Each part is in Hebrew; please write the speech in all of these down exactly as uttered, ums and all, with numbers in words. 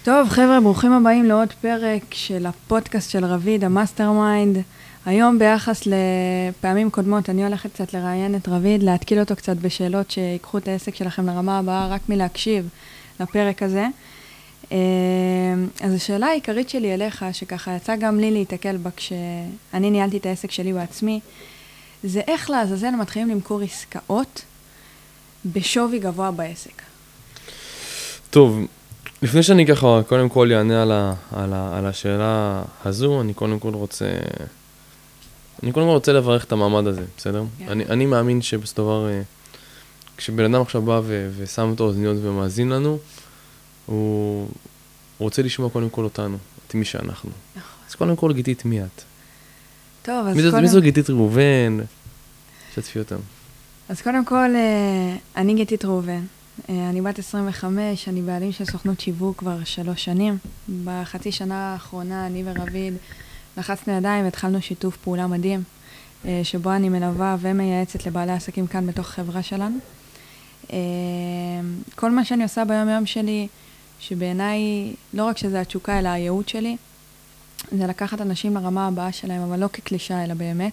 טוב, חבר'ה, ברוכים הבאים לעוד פרק של הפודקאסט של רביד, המאסטר מיינד. היום ביחס לפעמים קודמות, אני הולכת קצת לראיין את רביד, להתקיל אותו קצת בשאלות שיקחו את העסק שלכם לרמה הבאה, רק מלהקשיב לפרק הזה. אז השאלה העיקרית שלי אליך, שככה יצא גם לי להתקל בה כשאני ניהלתי את העסק שלי בעצמי, זה איך לעזאזל מתחילים למכור עסקאות בשווי גבוה בעסק. טוב, לפני שאני ככה קודם כל יענה על, ה, על, ה, על השאלה הזו, אני קודם כל רוצה, אני קודם כל רוצה לברך את המעמד הזה, בסדר? Yeah. אני, אני מאמין שבסדבר, כשבן אדם עכשיו בא ו, ושם את האוזניות ומאזין לנו, הוא רוצה לשמוע קודם כל אותנו, את מי שאנחנו. נכון. אז קודם כל גיתית מי את? טוב, אז מי קודם... מי זו גיתית ראובן? שתפי אותם. אז קודם כל, אני גיתית ראובן. אני בת עשרים וחמש, אני בעלים של סוכנות שיווק כבר שלוש שנים. בחצי שנה האחרונה, אני ורביד לחצנו ידיים והתחלנו שיתוף פעולה מדהים, שבו אני מלווה ומייעצת לבעלי עסקים כאן בתוך החברה שלנו. כל מה שאני עושה ביום יום שלי, שבעיניי לא רק שזה התשוקה, אלא הייעוד שלי, זה לקחת אנשים לרמה הבאה שלהם, אבל לא כקלישה, אלא באמת.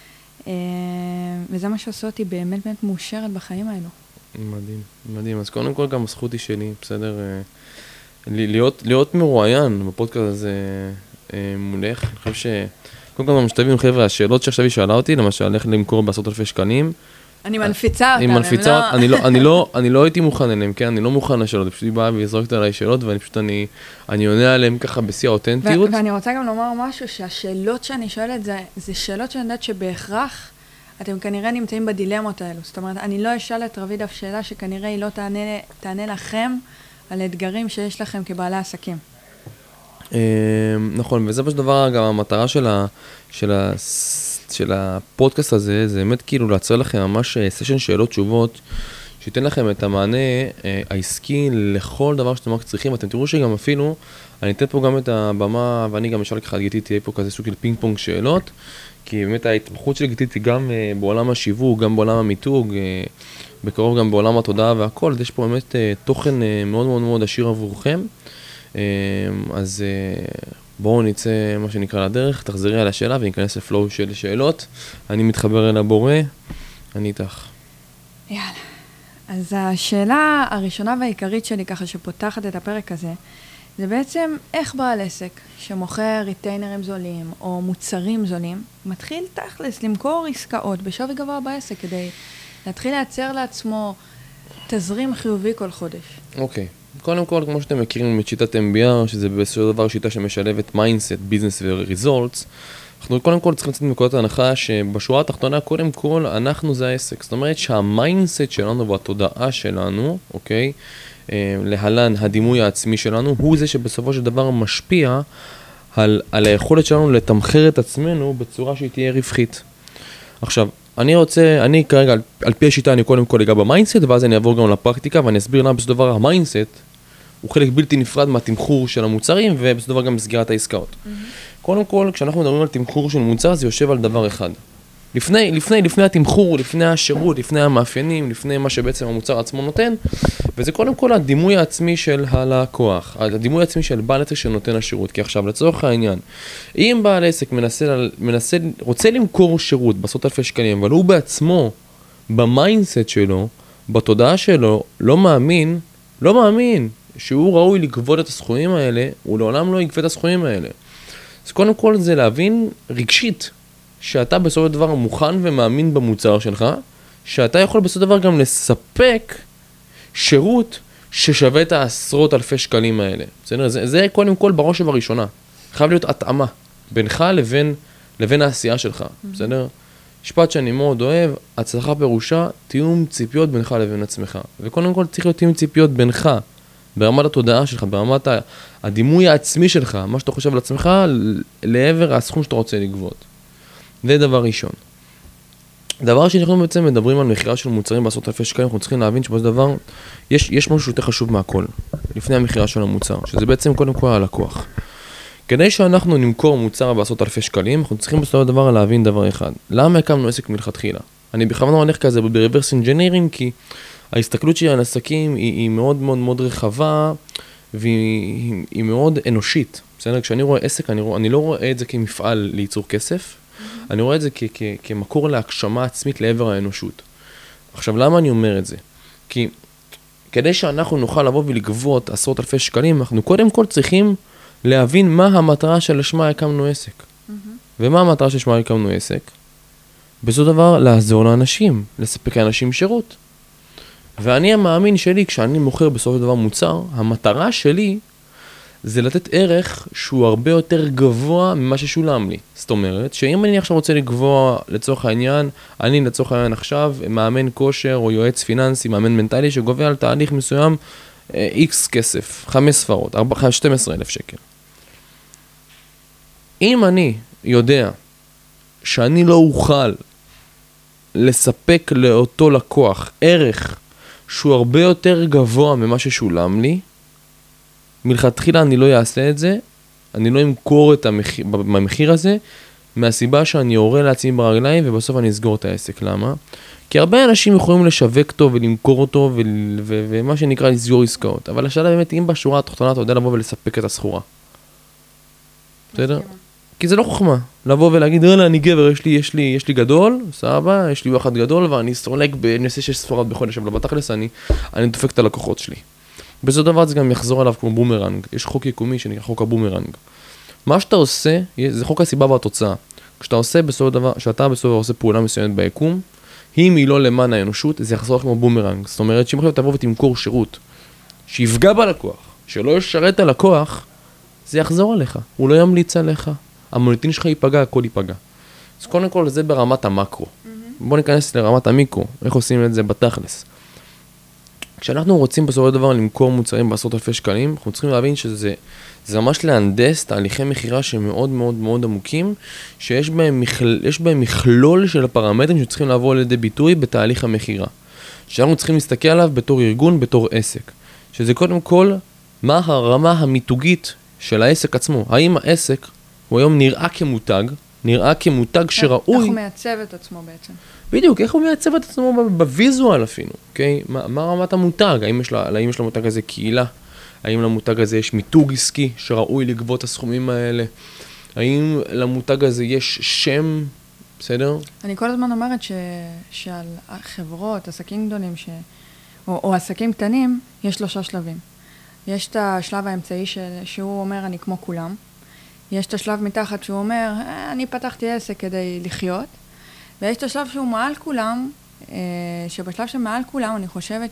וזה מה שעושה אותי באמת באמת מאושרת בחיים האלו. מדהים, מדהים. אז קודם כל גם הזכות היא שלי, בסדר? להיות, להיות מרואיין בפודקאסט הזה מולך. אני חושב ש... קודם כל משתווים, חבר'ה, השאלות שעכשיו היא שאלה אותי, למשל, איך למכור בעשרות אלפי שקלים. אני מנפיצה אותם, אני מנפיצה אותם, אני לא, אני לא, אני לא הייתי מוכן אליהם, כן? אני לא מוכן לשאלות, פשוט היא באה והזרקת עליי שאלות, ואני פשוט, אני, אני עונה עליהם ככה בשיא האותנטיות. ואני רוצה גם לומר משהו, שהשאלות שאני שואלת, זה, זה שאלות שאני יודעת שבהכרח, אתם כנראה נמצאים בדילמות האלו. זאת אומרת, אני לא אשאל את רביד אף שאלה שכנראה היא לא תענה, תענה לכם על אתגרים שיש לכם כבעלי עסקים. נכון, וזה פשוט דבר, גם המטרה של ה, של ה, של הפודקאסט הזה, זה באמת כאילו לעצר לכם ממש סשן שאלות תשובות, שייתן לכם את המענה העסקי לכל דבר שאתם רק צריכים. אתם תראו שגם אפילו, אני אתן פה גם את הבמה, ואני גם אשאל ככה גיתית, תהיה פה כזה סוג של פינג פונג שאלות, כי באמת ההתמחות של גיתית היא גם בעולם השיווק, גם בעולם המיתוג, בקרוב גם בעולם התודעה והכל, יש פה באמת תוכן מאוד מאוד מאוד עשיר עבורכם. אז בואו נצא מה שנקרא לדרך, תחזרי על השאלה וניכנס לפלואו של שאלות. אני מתחבר אל הבורא, אני איתך. יאללה. אז השאלה הראשונה והעיקרית שלי ככה שפותחת את הפרק הזה, זה בעצם איך בעל עסק שמוכר ריטיינרים זולים או מוצרים זולים, מתחיל תכלס למכור עסקאות בשווי גבוה בעסק כדי להתחיל לייצר לעצמו תזרים חיובי כל חודש. אוקיי. קודם כל, כמו שאתם מכירים את שיטת אם בי אר, שזה בסופו של דבר שיטה שמשלבת מיינדסט, ביזנס וריזולטס, אנחנו קודם כל צריכים לצאת מנקודת ההנחה שבשורה התחתונה, קודם כל, אנחנו זה העסק. זאת אומרת שהמיינדסט שלנו והתודעה שלנו, אוקיי, להלן הדימוי העצמי שלנו, הוא זה שבסופו של דבר משפיע על, על היכולת שלנו לתמחר את עצמנו בצורה שהיא תהיה רווחית. עכשיו, אני רוצה, אני כרגע, על, על פי השיטה, אני קודם כל אגע במיינדסט, ואז אני אעבור גם לפרקטיקה, ואני אסביר למה בסופו של דבר המיינדסט הוא חלק בלתי נפרד מהתמחור של המוצרים, ובסופו של דבר גם בסגירת העסקאות. Mm-hmm. קודם כל, כשאנחנו מדברים על תמחור של מוצר, זה יושב על דבר אחד. לפני, לפני, לפני התמחור, לפני השירות, לפני המאפיינים, לפני מה שבעצם המוצר עצמו נותן, וזה קודם כל הדימוי העצמי של הלקוח, הדימוי העצמי של בעל עסק שנותן השירות. כי עכשיו, לצורך העניין, אם בעל עסק מנסה, מנסה, רוצה למכור שירות בעשרות אלפי שקלים, אבל הוא בעצמו, במיינדסט שלו, בתודעה שלו, לא מאמין, לא מאמין שהוא ראוי לגבות את הסכומים האלה, הוא לעולם לא יגבה את הסכומים האלה. אז קודם כל זה להבין רגשית, שאתה בסופו של דבר מוכן ומאמין במוצר שלך, שאתה יכול בסופו של דבר גם לספק שירות ששווה את העשרות אלפי שקלים האלה. בסדר? זה, זה קודם כל בראש ובראשונה. חייב להיות התאמה בינך לבין, לבין העשייה שלך. בסדר? משפט שאני מאוד אוהב, הצלחה פירושה, תיאום ציפיות בינך לבין עצמך. וקודם כל צריך להיות תיאום ציפיות בינך, ברמת התודעה שלך, ברמת הדימוי העצמי שלך, מה שאתה חושב על עצמך, לעבר הסכום שאתה רוצה לגבות. זה דבר ראשון. דבר שאנחנו בעצם מדברים על מחירה של מוצרים בעשרות אלפי שקלים, אנחנו צריכים להבין שבזה דבר, יש, יש משהו יותר חשוב מהכל, לפני המחירה של המוצר, שזה בעצם קודם כל הלקוח. כדי שאנחנו נמכור מוצר בעשרות אלפי שקלים, אנחנו צריכים בסופו של דבר להבין דבר אחד. למה הקמנו עסק מלכתחילה? אני בכוונה הולך כזה ב-reverse engineering, כי ההסתכלות שלי על עסקים היא, היא מאוד מאוד מאוד רחבה, והיא היא מאוד אנושית. בסדר? כשאני רואה עסק, אני, רוא, אני לא רואה את זה כמפעל לייצור כסף, mm-hmm. אני רואה את זה כ, כ, כמקור להגשמה עצמית לעבר האנושות. עכשיו, למה אני אומר את זה? כי כדי שאנחנו נוכל לבוא ולגבות עשרות אלפי שקלים, אנחנו קודם כל צריכים להבין מה המטרה שלשמה הקמנו עסק. Mm-hmm. ומה המטרה שלשמה הקמנו עסק? בסופו של דבר, לעזור לאנשים, לספק לאנשים שירות. ואני המאמין שלי, כשאני מוכר בסופו של דבר מוצר, המטרה שלי זה לתת ערך שהוא הרבה יותר גבוה ממה ששולם לי. זאת אומרת, שאם אני עכשיו רוצה לגבוה לצורך העניין, אני לצורך העניין עכשיו מאמן כושר או יועץ פיננסי, מאמן מנטלי שגובה על תהליך מסוים איקס כסף, חמש ספרות, שתים עשרה אלף שקל. אם אני יודע שאני לא אוכל לספק לאותו לקוח ערך שהוא הרבה יותר גבוה ממה ששולם לי, מלכתחילה אני לא אעשה את זה, אני לא אמכור את המחיר, במחיר הזה, מהסיבה שאני אורה לעצמי ברגליים ובסוף אני אסגור את העסק. למה? כי הרבה אנשים יכולים לשווק אותו ולמכור אותו ו- ו- ומה שנקרא לסגור עסקאות, אבל השאלה באמת, אם בשורה התחתונה אתה יודע לבוא ולספק את הסחורה. בסדר? כי זה לא חוכמה, לבוא ולהגיד, רלה, אני גבר, יש לי, יש לי, יש לי גדול, סבבה, יש לי וואחד גדול, ואני סטרולק בנושא שש ספרות בחודש, אבל בתכלס אני, אני דופק את הלקוחות שלי. בסופו דבר זה גם יחזור עליו כמו בומרנג, יש חוק יקומי שנקרא חוק הבומרנג. מה שאתה עושה, זה חוק הסיבה והתוצאה. כשאתה עושה בסופו דבר, כשאתה בסופו דבר עושה פעולה מסוימת ביקום, אם היא לא למען האנושות, זה יחזור כמו בומרנג. זאת אומרת, שאם עכשיו תבוא ותמכור שירות, שיפגע בלקוח, שלא ישרת את הלקוח, זה יחזור עליך, הוא לא ימליץ עליך. המוניטין שלך ייפגע, הכל ייפגע. אז קודם כל זה ברמת המקרו. Mm-hmm. בוא ניכנס לרמת המיקרו, איך עושים את זה בתכלס. כשאנחנו רוצים בסופו של דבר למכור מוצרים בעשרות אלפי שקלים, אנחנו צריכים להבין שזה זה ממש להנדס תהליכי מחירה שמאוד מאוד מאוד עמוקים, שיש בהם, מכל, יש בהם מכלול של הפרמטרים שצריכים לעבור לידי ביטוי בתהליך המחירה. שאנחנו צריכים להסתכל עליו בתור ארגון, בתור עסק. שזה קודם כל, מה הרמה המיתוגית של העסק עצמו. האם העסק הוא היום נראה כמותג, נראה כמותג שראוי... איך הוא מייצב את עצמו בעצם? בדיוק, איך הוא מייצב את עצמו בוויזואל אפילו, אוקיי? מה, מה רמת המותג? האם יש, לה, האם יש למותג הזה קהילה? האם למותג הזה יש מיתוג עסקי שראוי לגבות את הסכומים האלה? האם למותג הזה יש שם, בסדר? אני כל הזמן אומרת ש, שעל חברות, עסקים גדולים, ש, או, או עסקים קטנים, יש שלושה שלבים. יש את השלב האמצעי ש, שהוא אומר, אני כמו כולם. יש את השלב מתחת שהוא אומר, אני פתחתי עסק כדי לחיות. ויש את השלב שהוא מעל כולם, שבשלב שמעל כולם אני חושבת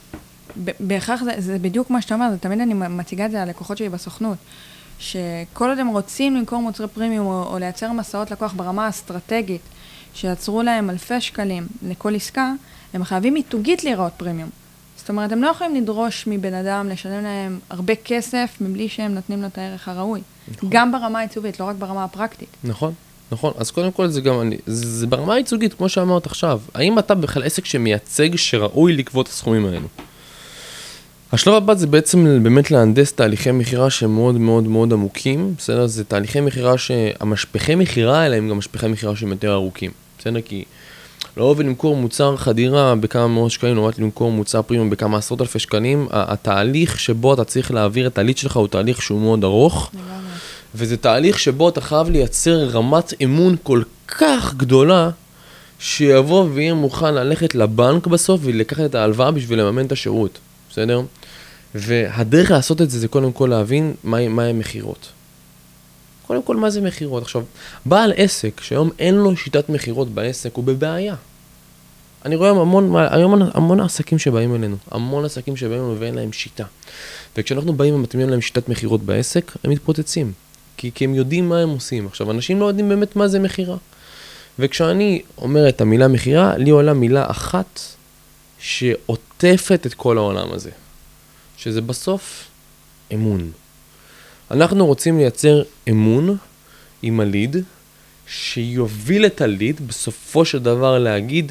שבהכרח זה, זה בדיוק מה שאתה אומר, זה תמיד אני מציגה את זה על לקוחות שלי בסוכנות, שכל עוד הם רוצים למכור מוצרי פרימיום או, או לייצר מסעות לקוח ברמה האסטרטגית, שיצרו להם אלפי שקלים לכל עסקה, הם חייבים מיתוגית להיראות פרימיום. זאת אומרת, הם לא יכולים לדרוש מבן אדם לשלם להם הרבה כסף מבלי שהם נותנים לו את הערך הראוי. נכון. גם ברמה העיצובית, לא רק ברמה הפרקטית. נכון. נכון, אז קודם כל זה גם, זה, זה ברמה הייצוגית, כמו שאמרת עכשיו. האם אתה בכלל עסק שמייצג שראוי לקבוע את הסכומים האלו? השלב הבא זה בעצם באמת להנדס תהליכי מחירה שמאוד מאוד מאוד עמוקים, בסדר? זה תהליכי מחירה שהמשפחי מחירה האלה הם גם משפחי מחירה שהם יותר ארוכים, בסדר? כי לא אוהב למכור מוצר חדירה בכמה מאות שקלים, לא אוהב למכור מוצר פרימיום בכמה עשרות אלפי שקלים, התהליך שבו אתה צריך להעביר את הליד שלך הוא תהליך שהוא מאוד ארוך. וזה תהליך שבו אתה חייב לייצר רמת אמון כל כך גדולה, שיבוא ויהיה מוכן ללכת לבנק בסוף ולקחת את ההלוואה בשביל לממן את השירות, בסדר? והדרך לעשות את זה זה קודם כל להבין מה, מה הם מחירות. קודם כל מה זה מחירות. עכשיו, בעל עסק שהיום אין לו שיטת מחירות בעסק הוא בבעיה. אני רואה המון, היום המון עסקים שבאים אלינו, המון עסקים שבאים אלינו ואין להם שיטה. וכשאנחנו באים ומתאימים להם שיטת מחירות בעסק, הם מתפוצצים. כי, כי הם יודעים מה הם עושים. עכשיו, אנשים לא יודעים באמת מה זה מחירה. וכשאני אומר את המילה מחירה, לי עולה מילה אחת שעוטפת את כל העולם הזה. שזה בסוף אמון. אנחנו רוצים לייצר אמון עם הליד, שיוביל את הליד בסופו של דבר להגיד,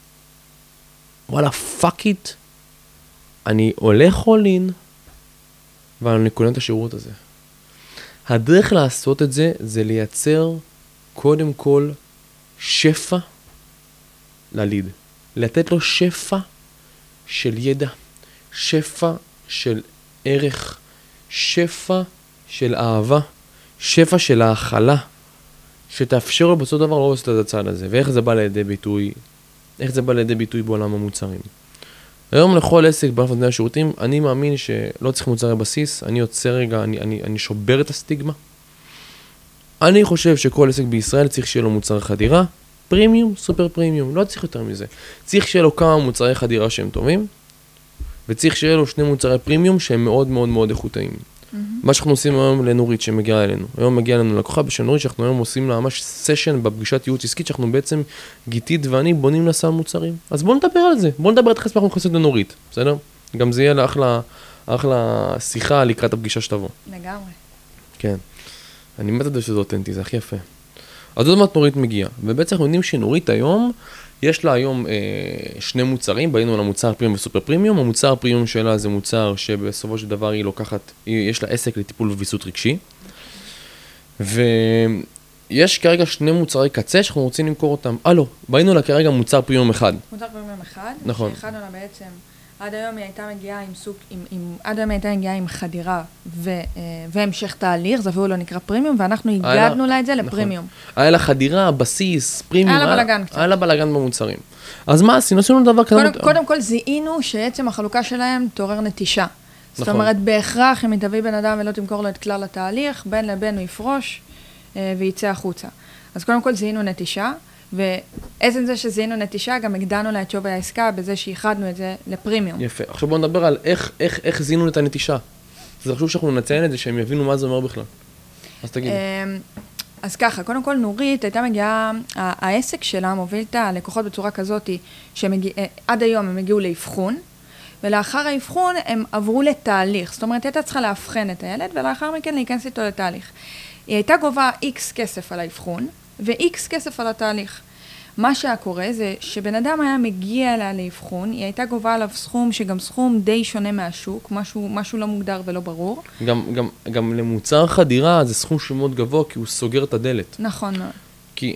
וואלה, fuck it, אני הולך all in, ואני קונה את השירות הזה. הדרך לעשות את זה, זה לייצר קודם כל שפע לליד. לתת לו שפע של ידע, שפע של ערך, שפע של אהבה, שפע של האכלה, שתאפשר לו בסופו של דבר לא לעשות את הצד הזה. ואיך זה בא לידי ביטוי, איך זה בא לידי ביטוי בעולם המוצרים. היום לכל עסק בענף נותני השירותים, אני מאמין שלא צריך מוצרי בסיס, אני יוצא רגע, אני, אני, אני שובר את הסטיגמה. אני חושב שכל עסק בישראל צריך שיהיה לו מוצר חדירה, פרימיום, סופר פרימיום, לא צריך יותר מזה. צריך שיהיה לו כמה מוצרי חדירה שהם טובים, וצריך שיהיה לו שני מוצרי פרימיום שהם מאוד מאוד מאוד איכותיים. Mm-hmm. מה שאנחנו עושים היום לנורית שמגיעה אלינו. היום מגיעה אלינו לקוחה בשם נורית, שאנחנו היום עושים לה ממש סשן בפגישת ייעוץ עסקית, שאנחנו בעצם, גיתית ואני, בונים לסל מוצרים. אז בואו נדבר על זה. בואו נדבר את החספה, אנחנו נכנסים לנורית, בסדר? גם זה יהיה לה אחלה, אחלה שיחה לקראת הפגישה שתבוא. לגמרי. כן. אני מת לדעת שזה אותנטי, זה הכי יפה. אז עוד מעט נורית מגיעה. ובעצם אנחנו יודעים שנורית היום, יש לה היום אה, שני מוצרים, באינו על המוצר פרימיום וסופר פרימיום. המוצר פרימיום שלה זה מוצר שבסופו של דבר היא לוקחת, היא, יש לה עסק לטיפול וויסות רגשי. ויש כרגע שני מוצרי קצה שאנחנו רוצים למכור אותם. אה לא, באינו לה כרגע מוצר פרימיום אחד. מוצר פרימיום אחד. נכון. שאחדנו לה בעצם, עד היום היא הייתה מגיעה עם סוג, עם, עם, עד היום היא הייתה מגיעה עם חדירה ו, אה, והמשך תהליך, זה אפילו לא נקרא פרימיום, ואנחנו הגדנו לה את זה לפרימיום. היה לה חדירה, בסיס, פרימיום. היה לה בלגן קצת. היה לה בלגן במוצרים. אז מה עשינו? עשינו דבר כזה. קודם, קודם כל זיהינו שעצם החלוקה שלהם תעורר נטישה. נכון. זאת אומרת, בהכרח אם יתביא בן אדם ולא תמכור לו את כלל התהליך, בין לבין הוא יפרוש אה, וייצא החוצה. אז קודם כל זיהינו נטישה, ואיזה זה שזיהינו נטישה, גם הגדנו לה את שווי העסקה בזה שהיחדנו את זה לפרימיום. יפה. עכשיו בואו נדבר על איך, איך, איך זיהינו את הנטישה. זה חשוב שאנחנו נציין את זה, שהם יבינו מה זה אומר בכלל. אז תגידי. אז ככה, קודם כל נורית הייתה מגיעה, העסק שלה מוביל את הלקוחות בצורה כזאת, שעד היום הם הגיעו לאבחון, ולאחר האבחון הם עברו לתהליך. זאת אומרת, הייתה צריכה להבחן את הילד, ולאחר מכן להיכנס איתו לתהליך. היא הייתה גובה X כסף על האבחון, ו-X כסף על התהליך. מה שהיה קורה זה שבן אדם היה מגיע אליה לאבחון, היא הייתה גובה עליו סכום שגם סכום די שונה מהשוק, משהו, משהו לא מוגדר ולא ברור. גם, גם, גם למוצר חדירה זה סכום שהוא מאוד גבוה, כי הוא סוגר את הדלת. נכון מאוד. כי...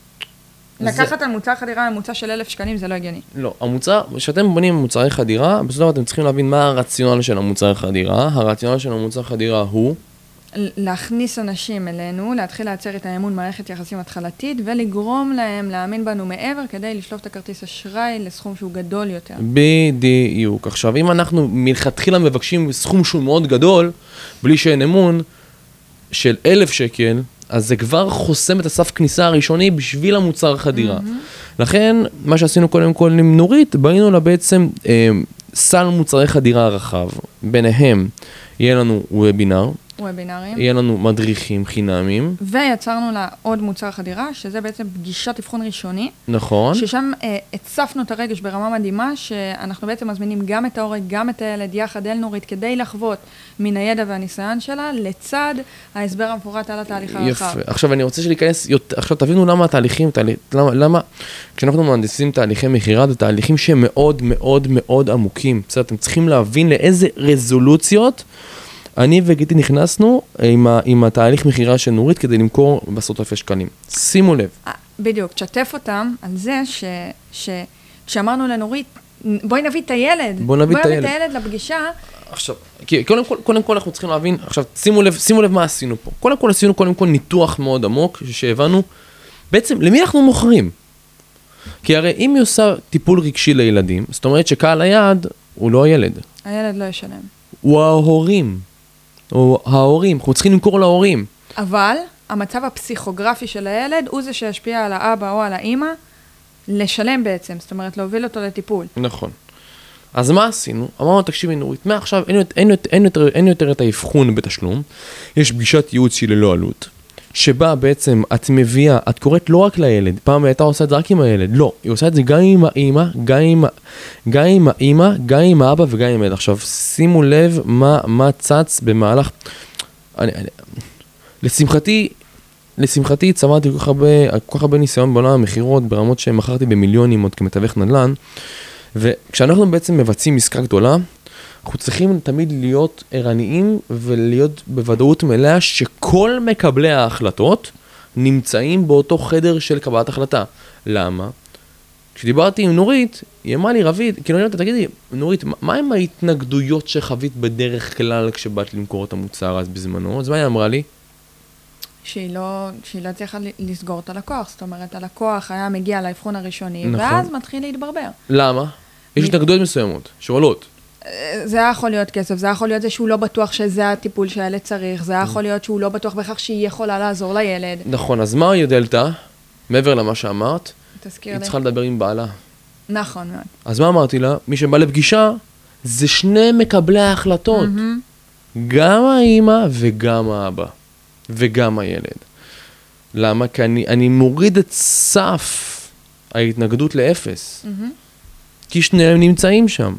לקחת זה... על מוצר חדירה ממוצע של אלף שקלים זה לא הגיוני. לא, המוצר, כשאתם בונים מוצרי חדירה, בסופו של דבר אתם צריכים להבין מה הרציונל של המוצר חדירה. הרציונל של המוצר חדירה הוא... להכניס אנשים אלינו, להתחיל לייצר את האמון מערכת יחסים התחלתית, ולגרום להם להאמין בנו מעבר, כדי לשלוף את הכרטיס אשראי לסכום שהוא גדול יותר. בדיוק. עכשיו, אם אנחנו מלכתחילה מבקשים סכום שהוא מאוד גדול, בלי שאין אמון, של אלף שקל, אז זה כבר חוסם את הסף כניסה הראשוני בשביל המוצר חדירה. Mm-hmm. לכן, מה שעשינו קודם כל עם נורית, באינו לה בעצם אה, סל מוצרי חדירה רחב. ביניהם, יהיה לנו וובינר, וובינרים. יהיה לנו מדריכים חינמים. ויצרנו לה עוד מוצר חדירה, שזה בעצם פגישת אבחון ראשוני. נכון. ששם אה, הצפנו את הרגש ברמה מדהימה, שאנחנו בעצם מזמינים גם את ההורה, גם את הילד, יחד אל נורית, כדי לחוות מן הידע והניסיון שלה, לצד ההסבר המפורט על התהליך הרחב. יפה. עכשיו אני רוצה שלהיכנס, עכשיו תבינו למה התהליכים, תהליך, למה, למה, כשאנחנו מהנדסים תהליכי מחירה, זה תהליכים שהם מאוד מאוד מאוד עמוקים. בסדר, אתם צריכים להבין לאיזה רזולוציות, אני וגיטי נכנסנו עם, ה, עם התהליך מחירה של נורית כדי למכור בעשרות אלפי שקלים. שימו לב. בדיוק, תשתף אותם על זה ש, ש, כשאמרנו לנורית, בואי נביא את הילד. בואי נביא את הילד. בואי נביא את הילד לפגישה. עכשיו, כי קודם כל, קודם כל אנחנו צריכים להבין, עכשיו שימו לב, שימו לב מה עשינו פה. קודם כל עשינו קודם כל ניתוח מאוד עמוק, שהבנו, בעצם למי אנחנו מוכרים? כי הרי אם היא עושה טיפול רגשי לילדים, זאת אומרת שקהל היעד הוא לא הילד. הילד לא ישלם. הוא ההורים. או ההורים, אנחנו צריכים למכור להורים. אבל המצב הפסיכוגרפי של הילד הוא זה שישפיע על האבא או על האמא לשלם בעצם, זאת אומרת להוביל אותו לטיפול. נכון. אז מה עשינו? אמרנו, תקשיבי נורית, מעכשיו אין, אין, אין, אין, אין יותר את האבחון בתשלום, יש פגישת ייעוץ שהיא ללא עלות, שבה בעצם את מביאה, את קוראת לא רק לילד, פעם הייתה עושה את זה רק עם הילד, לא, היא עושה את זה גם עם האמא, גם עם, גם עם האמא, גם עם האבא וגם עם הילד. עכשיו, שימו לב מה, מה צץ במהלך, אני, אני, לשמחתי, לשמחתי צברתי כל כך הרבה, כל כך הרבה ניסיון בעולם המחירות, ברמות שמכרתי במיליונים עוד כמתווך נדל"ן, וכשאנחנו בעצם מבצעים עסקה גדולה, אנחנו צריכים תמיד להיות ערניים ולהיות בוודאות מלאה שכל מקבלי ההחלטות נמצאים באותו חדר של קבלת החלטה. למה? כשדיברתי עם נורית, היא אמרה לי, רביד, כאילו אני אומרת, תגידי, נורית, מה עם ההתנגדויות שחווית בדרך כלל כשבאת למכור את המוצר אז בזמנו? אז מה היא אמרה לי? שהיא לא, שהיא לא צריכה לסגור את הלקוח, זאת אומרת, הלקוח היה מגיע לאבחון הראשוני, נכון. ואז מתחיל להתברבר. למה? יש התנגדויות מסוימות, שעולות. זה יכול להיות כסף, זה יכול להיות זה שהוא לא בטוח שזה הטיפול שהילד צריך, זה יכול להיות שהוא לא בטוח בכך שהיא יכולה לעזור לילד. נכון, אז מה היא דלתה? מעבר למה שאמרת, תזכיר היא לי. צריכה לדבר עם בעלה. נכון מאוד. אז מה אמרתי לה? מי שבא לפגישה, זה שני מקבלי ההחלטות. גם האמא וגם האבא. וגם הילד. למה? כי אני, אני מוריד את סף ההתנגדות לאפס. כי שניהם נמצאים שם.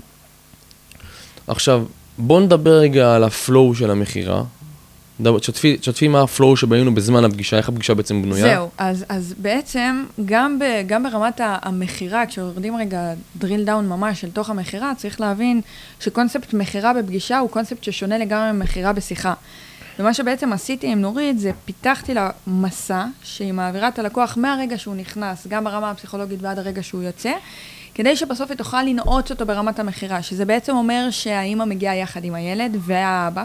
עכשיו, בואו נדבר רגע על הפלואו של המחירה. תשתפי, תשתפי מה הפלואו שבנינו בזמן הפגישה, איך הפגישה בעצם בנויה? זהו, אז, אז בעצם גם, ב, גם ברמת המחירה, כשיורדים רגע drill down ממש אל תוך המחירה, צריך להבין שקונספט מחירה בפגישה הוא קונספט ששונה לגמרי ממחירה בשיחה. ומה שבעצם עשיתי עם נורית זה פיתחתי לה מסע שהיא מעבירה את הלקוח מהרגע שהוא נכנס, גם ברמה הפסיכולוגית ועד הרגע שהוא יוצא, כדי שבסוף היא תוכל לנעוץ אותו ברמת המחירה, שזה בעצם אומר שהאמא מגיעה יחד עם הילד והאבא.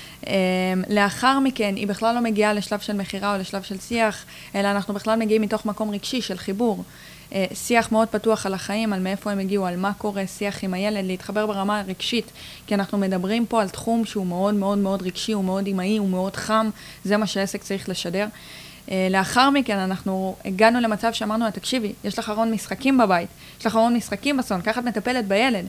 לאחר מכן היא בכלל לא מגיעה לשלב של מחירה או לשלב של שיח, אלא אנחנו בכלל מגיעים מתוך מקום רגשי של חיבור. שיח מאוד פתוח על החיים, על מאיפה הם הגיעו, על מה קורה, שיח עם הילד, להתחבר ברמה הרגשית, כי אנחנו מדברים פה על תחום שהוא מאוד מאוד מאוד רגשי, הוא מאוד אמאי, הוא מאוד חם, זה מה שהעסק צריך לשדר. לאחר מכן אנחנו הגענו למצב שאמרנו, תקשיבי, יש לך ארון משחקים בבית, יש לך ארון משחקים בסון, ככה את מטפלת בילד.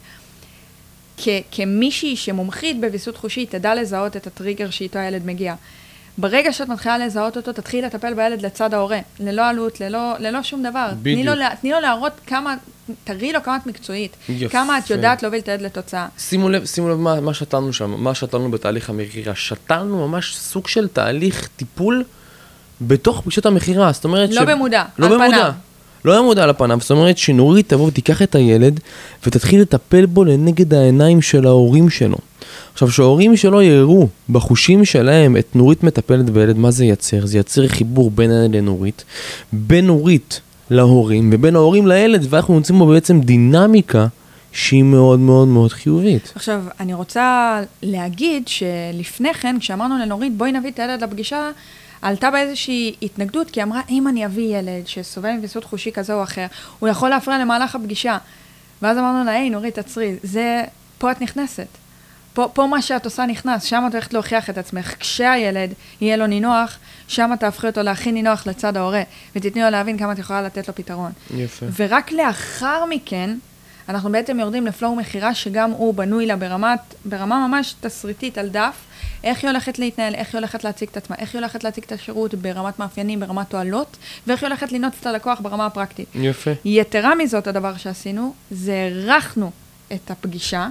כ- כמישהי שמומחית בוויסות חושי, תדע לזהות את הטריגר שאיתו הילד מגיע. ברגע שאת מתחילה לזהות אותו, תתחיל לטפל בילד לצד ההורה, ללא עלות, ללא, ללא שום דבר. תני לו, תני לו להראות כמה, תראי לו כמה את מקצועית, יפה. כמה את יודעת להוביל את הילד לתוצאה. שימו לב, שימו לב מה, מה שתלנו שם, מה שתלנו בתהליך המחירה. שתלנו ממש סוג של תהליך טיפול בתוך פגישת המחירה. זאת אומרת לא ש... במודע, לא על במודע. פניו. לא במודע על הפניו. זאת אומרת שנורית תבוא ותיקח את הילד ותתחיל לטפל בו לנגד העיניים של ההורים שלו. עכשיו, שההורים שלו יראו בחושים שלהם את נורית מטפלת בילד, מה זה ייצר? זה ייצר חיבור בין הילד לנורית, בין נורית להורים, ובין ההורים לילד, ואנחנו מוצאים בו בעצם דינמיקה שהיא מאוד מאוד מאוד חיובית. עכשיו, אני רוצה להגיד שלפני כן, כשאמרנו לנורית, בואי נביא את הילד לפגישה, עלתה באיזושהי התנגדות, כי אמרה, אם אני אביא ילד שסובל מוויסות חושי כזה או אחר, הוא יכול להפריע למהלך הפגישה. ואז אמרנו לה, היי, נורית, תעצרי, זה, פה את נכנסת. פה, פה מה שאת עושה נכנס, שם את הולכת להוכיח את עצמך. כשהילד יהיה לו נינוח, שם את תהפכי אותו להכי נינוח לצד ההורה, ותתני לו להבין כמה את יכולה לתת לו פתרון. יפה. ורק לאחר מכן, אנחנו בעצם יורדים לפלואו מחירה, שגם הוא בנוי לה ברמת, ברמה ממש תסריטית על דף, איך היא הולכת להתנהל, איך היא הולכת להציג את עצמה, איך היא הולכת להציג את השירות ברמת מאפיינים, ברמת תועלות, ואיך היא הולכת לנעוץ את הלקוח ברמה הפרקטית. יפה. יתרה מזאת, הדבר שעשינו, זה ערכנו את הפגישה,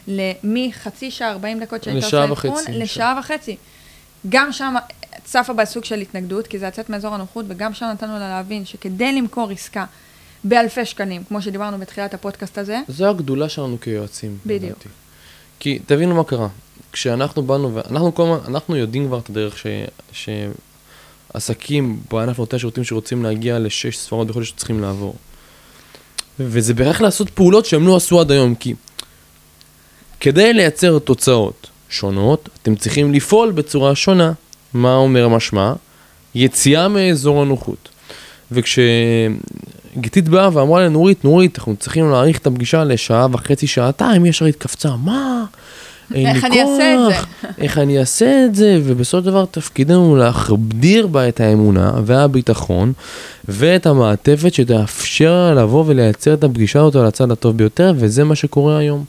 מחצי שעה, ארבעים דקות שהייתה עושה אבחון, לשעה וחצי. גם שם צפה בסוג של התנגדות, כי זה יצאת מאזור הנוחות, וגם שם נתנו לה להבין שכדי למכור עסקה באלפי שקלים, כמו שדיברנו בתחילת הפודקאסט הזה. זו הגדולה שלנו כיועצים. בדיוק. לדעתי. כי תבינו מה קרה. כשאנחנו באנו, ואנחנו כל, אנחנו יודעים כבר את הדרך ש, שעסקים בענף נותני שירותים שרוצים להגיע לשש ספרות בחודש שצריכים לעבור. וזה בערך לעשות פעולות שהם לא עשו עד היום, כי כדי לייצר תוצאות שונות, אתם צריכים לפעול בצורה שונה. מה אומר משמע? יציאה מאזור הנוחות. וכשגיתית באה ואמרה לנורית, נורית, אנחנו צריכים להאריך את הפגישה לשעה וחצי, שעתיים, ישר התקפצה, מה? איך אני אעשה את זה? איך אני אעשה את זה? ובסופו של דבר תפקידנו להחדיר בה את האמונה והביטחון ואת המעטפת שתאפשר לבוא ולייצר את הפגישה אותו על הצד הטוב ביותר, וזה מה שקורה היום.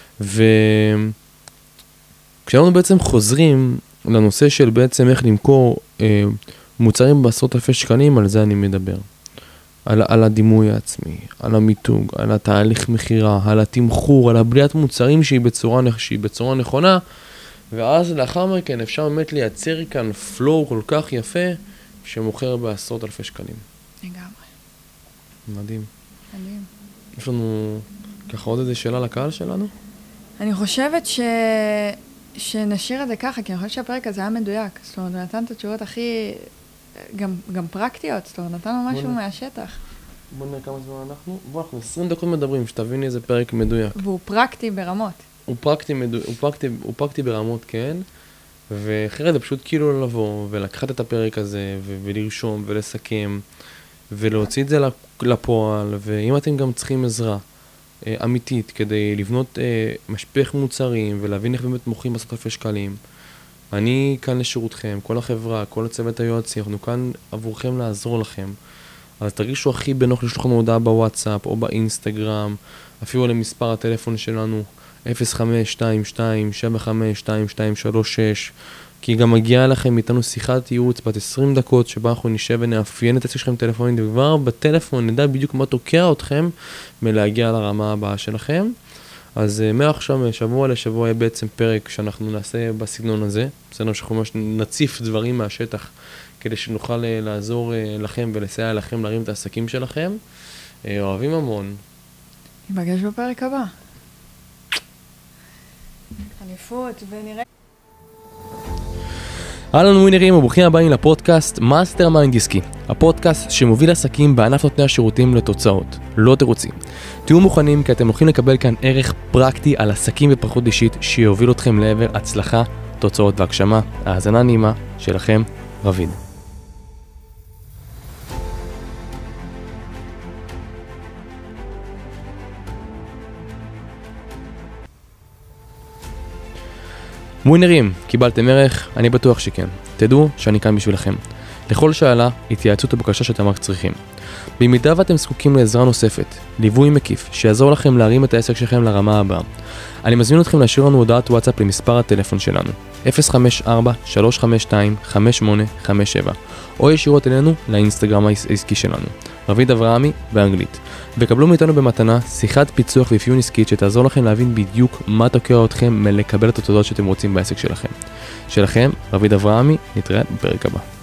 וכשאנחנו בעצם חוזרים לנושא של בעצם איך למכור אה, מוצרים בעשרות אלפי שקלים, על זה אני מדבר. על, על הדימוי העצמי, על המיתוג, על התהליך מחירה, על התמחור, על הבליית מוצרים שהיא בצורה, שהיא בצורה נכונה, ואז לאחר מכן אפשר באמת לייצר כאן פלואו כל כך יפה, שמוכר בעשרות אלפי שקלים. לגמרי. מדהים. מדהים. יש לנו ככה עוד איזה שאלה לקהל שלנו? אני חושבת ש... שנשאיר את זה ככה, כי אני חושבת שהפרק הזה היה מדויק. זאת אומרת, נתן את התשובות הכי... גם, גם פרקטיות, זאת אומרת, נתנו משהו מהשטח. בוא נראה כמה זמן אנחנו. בוא, אנחנו עשרים דקות מדברים, שתביני איזה פרק מדויק. והוא פרקטי ברמות. הוא פרקטי, מדו... הוא פרקטי, הוא פרקטי ברמות, כן. ואחרת זה פשוט כאילו לבוא ולקחת את הפרק הזה ו... ולרשום ולסכם ולהוציא את זה לפועל. ואם אתם גם צריכים עזרה אה, אמיתית כדי לבנות אה, משפך מוצרים ולהבין איך באמת מוכרים בעשרות אלפי שקלים, אני כאן לשירותכם, כל החברה, כל הצוות היועצים, אנחנו כאן עבורכם לעזור לכם. אז תרגישו הכי בנוח לשלוח לנו הודעה בוואטסאפ או באינסטגרם, אפילו למספר הטלפון שלנו, אפס חמש שתיים שתיים שבע חמש שתיים שתיים שלוש שש, כי גם מגיעה לכם איתנו שיחת ייעוץ בת עשרים דקות, שבה אנחנו נשב ונאפיין את העסק שלכם טלפונית, וכבר בטלפון נדע בדיוק מה תוקע אתכם מלהגיע לרמה הבאה שלכם. אז uh, מעכשיו שבוע לשבוע יהיה בעצם פרק שאנחנו נעשה בסגנון הזה, בסדר, שאנחנו ממש נציף דברים מהשטח, כדי שנוכל uh, לעזור uh, לכם ולסייע לכם להרים את העסקים שלכם. Uh, אוהבים המון. ניפגש בפרק הבא. חליפות ונראה. אהלן ווינרים וברוכים הבאים לפודקאסט מאסטרמיינד עסקי, הפודקאסט שמוביל עסקים בענף נותני השירותים לתוצאות, לא תירוצים. תהיו מוכנים כי אתם הולכים לקבל כאן ערך פרקטי על עסקים ופרחות אישית שיוביל אתכם לעבר הצלחה, תוצאות והגשמה. האזנה נעימה שלכם, רביד. ווינרים, קיבלתם ערך? אני בטוח שכן. תדעו שאני כאן בשבילכם. לכל שאלה, התייעצות ובקשה שאתם רק צריכים. במידה ואתם זקוקים לעזרה נוספת, ליווי מקיף, שיעזור לכם להרים את העסק שלכם לרמה הבאה, אני מזמין אתכם להשאיר לנו הודעת וואטסאפ למספר הטלפון שלנו, אפס חמש ארבע שלוש חמש שתיים חמש שמונה חמש שבע, או ישירות אלינו לאינסטגרם העסקי שלנו, רביד אברהמי באנגלית. וקבלו מאיתנו במתנה שיחת פיצוח ואפיון עסקית שתעזור לכם להבין בדיוק מה תוקע אתכם מלקבל את התוצאות שאתם רוצים בעסק שלכם. שלכם, רביד אברהמי, נתראה בפרק הבא.